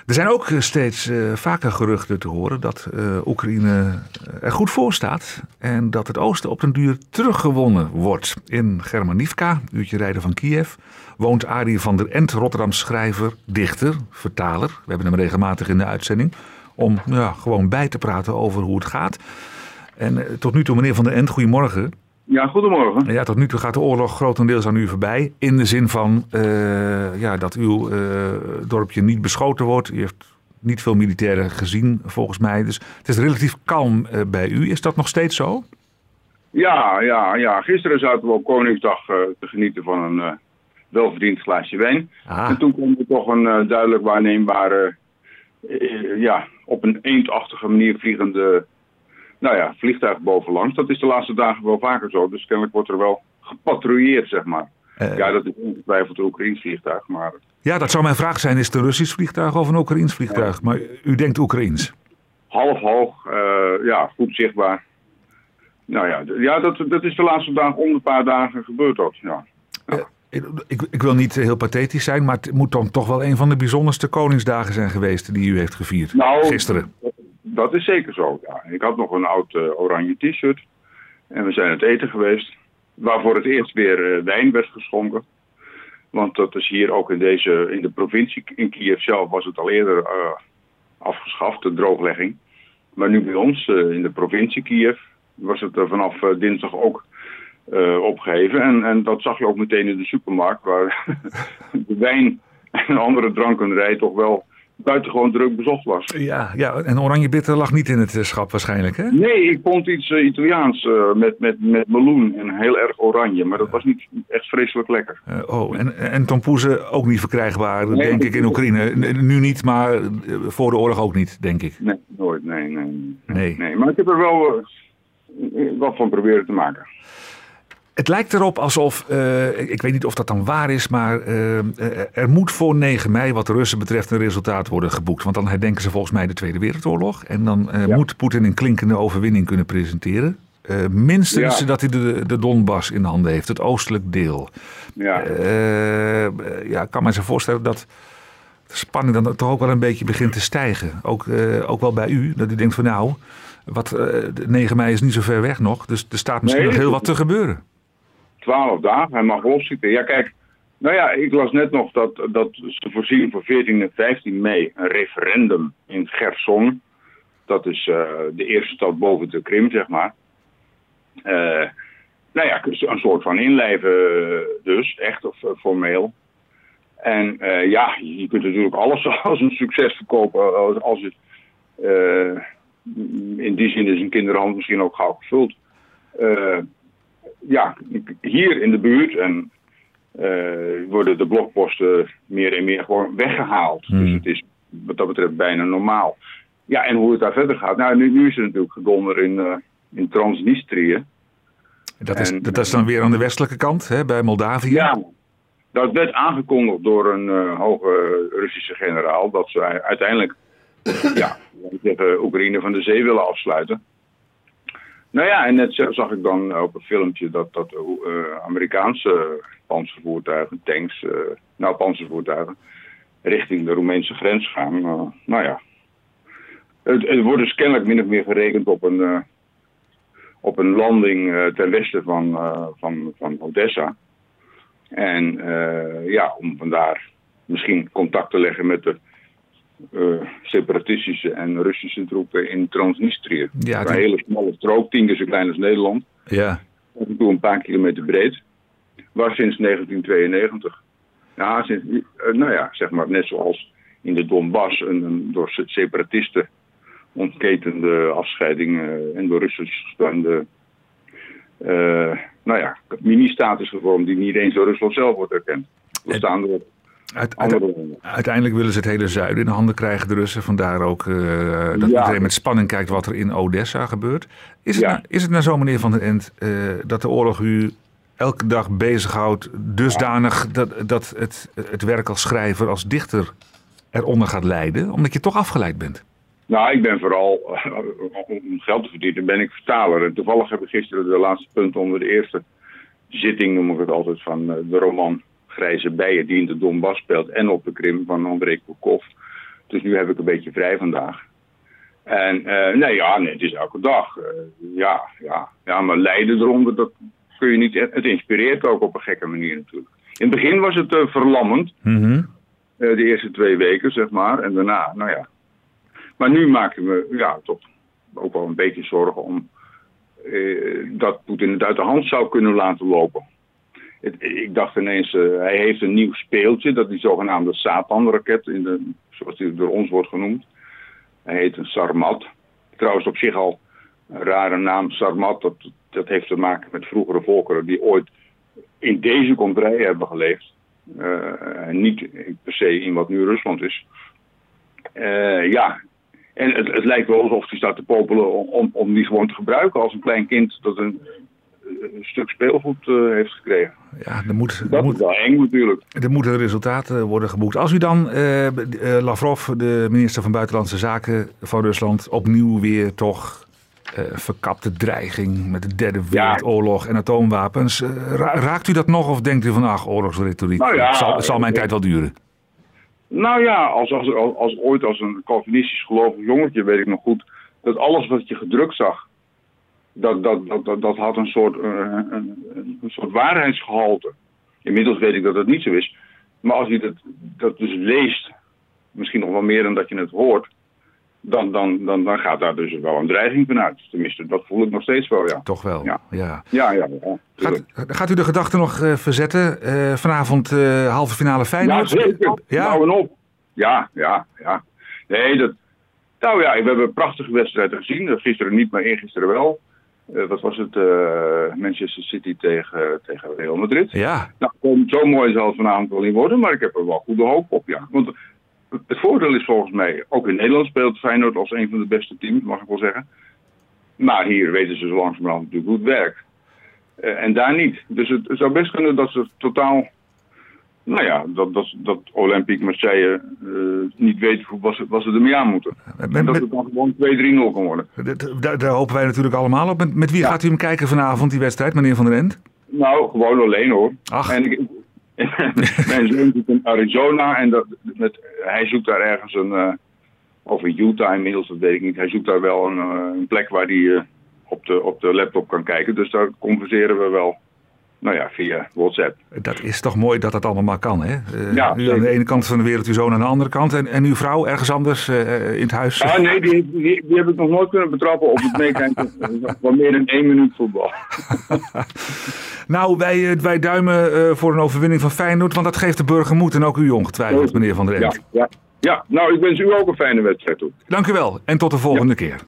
Er zijn ook steeds vaker geruchten te horen dat Oekraïne er goed voor staat. En dat het oosten op den duur teruggewonnen wordt. In Germanivka, een uurtje rijden van Kiev, woont Arie van der End, Rotterdams schrijver, dichter, vertaler. We hebben hem regelmatig in de uitzending. Om gewoon bij te praten over hoe het gaat. En tot nu toe, meneer van der End, goedemorgen. Ja, goedemorgen. Ja, tot nu toe gaat de oorlog grotendeels aan u voorbij. In de zin van dat uw dorpje niet beschoten wordt. U heeft niet veel militairen gezien, volgens mij. Dus het is relatief kalm bij u. Is dat nog steeds zo? Ja. Gisteren zaten we op Koningsdag te genieten van een welverdiend glaasje wijn. En toen kwam er toch een duidelijk waarneembare, op een eendachtige manier vliegende vliegtuig bovenlangs. Dat is de laatste dagen wel vaker zo. Dus kennelijk wordt er wel gepatrouilleerd, zeg maar. Dat is ongetwijfeld een Oekraïens vliegtuig. Maar... Ja, dat zou mijn vraag zijn. Is het een Russisch vliegtuig of een Oekraïens vliegtuig? Maar u denkt Oekraïens? Half hoog, goed zichtbaar. Dat is de laatste dagen om een paar dagen gebeurd ook. Ja. Ik wil niet heel pathetisch zijn, maar het moet dan toch wel een van de bijzonderste Koningsdagen zijn geweest die u heeft gevierd gisteren. Dat is zeker zo, ja. Ik had nog een oud oranje t-shirt en we zijn het eten geweest, waarvoor het eerst weer wijn werd geschonken. Want dat is hier ook in de provincie, in Kiev zelf was het al eerder afgeschaft, de drooglegging. Maar nu bij ons, in de provincie Kiev, was het vanaf dinsdag ook opgeheven. En dat zag je ook meteen in de supermarkt, waar de wijn en andere drankenrij toch wel buitengewoon druk bezocht was. Ja, en oranje bitter lag niet in het schap waarschijnlijk, hè? Nee, ik vond iets Italiaans met meloen en heel erg oranje. Maar dat was niet echt vreselijk lekker. En tompoezen ook niet verkrijgbaar, nee, denk ik, in Oekraïne. Nu niet, maar voor de oorlog ook niet, denk ik. Nee, nooit. Nee. Maar ik heb er wel wat van proberen te maken. Het lijkt erop alsof, ik weet niet of dat dan waar is, maar er moet voor 9 mei wat de Russen betreft een resultaat worden geboekt. Want dan herdenken ze volgens mij de Tweede Wereldoorlog. En dan moet Poetin een klinkende overwinning kunnen presenteren. Minstens dat hij de Donbass in de handen heeft, het oostelijk deel. Ik kan me zo voorstellen dat de spanning dan toch ook wel een beetje begint te stijgen. Ook wel bij u, dat u denkt van 9 mei is niet zo ver weg nog. Dus er staat misschien nog heel wat te gebeuren. 12 dagen, hij mag loszitten. Ja, kijk, ik las net nog dat ze voorzien voor 14 en 15 mei een referendum in Gerson. Dat is de eerste stad boven de Krim, zeg maar. Een soort van inlijven dus, echt of formeel. En je kunt natuurlijk alles als een succes verkopen als het in die zin is een kinderhand misschien ook gauw gevuld. Hier in de buurt worden de blokposten meer en meer gewoon weggehaald. Dus het is wat dat betreft bijna normaal. Ja, en hoe het daar verder gaat. Nu is er natuurlijk gedonder in Transnistrië. Dat is dan weer aan de westelijke kant, hè, bij Moldavië? Ja, dat werd aangekondigd door een hoge Russische generaal. Dat ze uiteindelijk Oekraïne van de zee willen afsluiten. En net zag ik dan op een filmpje dat Amerikaanse panzervoertuigen, tanks, panzervoertuigen, richting de Roemeense grens gaan. Het wordt dus kennelijk min of meer gerekend op een landing ten westen van Odessa. En om vandaar misschien contact te leggen met de separatistische en Russische troepen in Transnistrië. Ja, een hele smalle strook, 10 keer zo klein als Nederland. Ja. Af en toe een paar kilometer breed. Waar sinds 1992. Zeg maar net zoals in de Donbass een door separatisten ontketende afscheiding en door Russisch gesteunde mini-staat is gevormd die niet eens door Rusland zelf wordt erkend. We staan erop. Uiteindelijk willen ze het hele zuiden in de handen krijgen, de Russen. Vandaar ook dat iedereen met spanning kijkt wat er in Odessa gebeurt. Is het nou zo, meneer Van der End, dat de oorlog u elke dag bezighoudt dusdanig dat het werk als schrijver, als dichter eronder gaat lijden? Omdat je toch afgeleid bent? Ik ben vooral, om geld te verdienen, ben ik vertaler. En toevallig heb ik gisteren de laatste punt onder de eerste zitting, noem ik het altijd, van de roman Grijze Bijen, die in de Donbass speelt en op de Krim, van Andrei Koukov, Dus nu heb ik een beetje vrij vandaag. En nee, het is elke dag. Maar lijden eronder, dat kun je niet. Het inspireert ook op een gekke manier natuurlijk. In het begin was het verlammend. Mhm. De eerste 2 weken, zeg maar. En daarna, Maar nu maak ik me toch ook wel een beetje zorgen om dat Poetin het uit de hand zou kunnen laten lopen. Ik dacht ineens, hij heeft een nieuw speeltje, dat die zogenaamde Satan-raket, zoals die door ons wordt genoemd. Hij heet een Sarmat. Trouwens op zich al een rare naam, Sarmat. Dat heeft te maken met vroegere volkeren die ooit in deze contrij hebben geleefd. Niet per se in wat nu Rusland is. En het lijkt wel alsof hij staat te popelen om die gewoon te gebruiken als een klein kind dat een stuk speelgoed heeft gekregen. Ja, dat is wel eng natuurlijk. Er moeten resultaten worden geboekt. Als u dan Lavrov, de minister van Buitenlandse Zaken van Rusland, opnieuw weer toch verkapte dreiging met de derde wereldoorlog en atoomwapens. Raakt u dat nog of denkt u van oorlogsretoriek? Het zal mijn tijd wel duren. Nou ja, als ooit als een Calvinistisch gelovig jongetje weet ik nog goed dat alles wat je gedrukt zag, dat had een soort waarheidsgehalte. Inmiddels weet ik dat het niet zo is. Maar als je dat dus leest, misschien nog wel meer dan dat je het hoort, dan gaat daar dus wel een dreiging vanuit. Tenminste, dat voel ik nog steeds wel, ja. Toch wel, ja. Gaat u de gedachte nog verzetten? Vanavond halve finale Feyenoord? Ja, zeker. Ja? Nou en op. Ja. Nee, we hebben een prachtige wedstrijden gezien. Gisteren niet, maar eergisteren wel. Wat was het? Manchester City tegen Real Madrid. Ja. Nou, zo mooi zal het vanavond wel niet worden, maar ik heb er wel goede hoop op, ja. Want het voordeel is volgens mij, ook in Nederland speelt Feyenoord als een van de beste teams, mag ik wel zeggen. Maar hier weten ze zo langzamerhand natuurlijk goed werk. En daar niet. Dus het zou best kunnen dat ze totaal, dat Olympique Marseille niet weet wat ze ermee aan moeten. En dat het dan gewoon 2-3-0 kan worden. Daar hopen wij natuurlijk allemaal op. Met wie gaat u hem kijken vanavond, die wedstrijd, meneer Van der End? Nou, gewoon alleen hoor. Ach. En mijn zoon zit in Arizona en hij zoekt daar ergens of in Utah inmiddels, dat weet ik niet. Hij zoekt daar wel een plek waar hij op de laptop kan kijken. Dus daar converseren we wel, via WhatsApp. Dat is toch mooi dat dat allemaal maar kan, hè? U zeker. aan de ene kant van de wereld, uw zoon aan de andere kant. En uw vrouw ergens anders in het huis? Nee, die heb ik nog nooit kunnen betrappen op het meekijken van meer dan 1 minuut voetbal. Nou, wij duimen voor een overwinning van Feyenoord, want dat geeft de burger moed en ook u ongetwijfeld, meneer Van der End. Ja. Nou, ik wens u ook een fijne wedstrijd toe. Dank u wel en tot de volgende keer.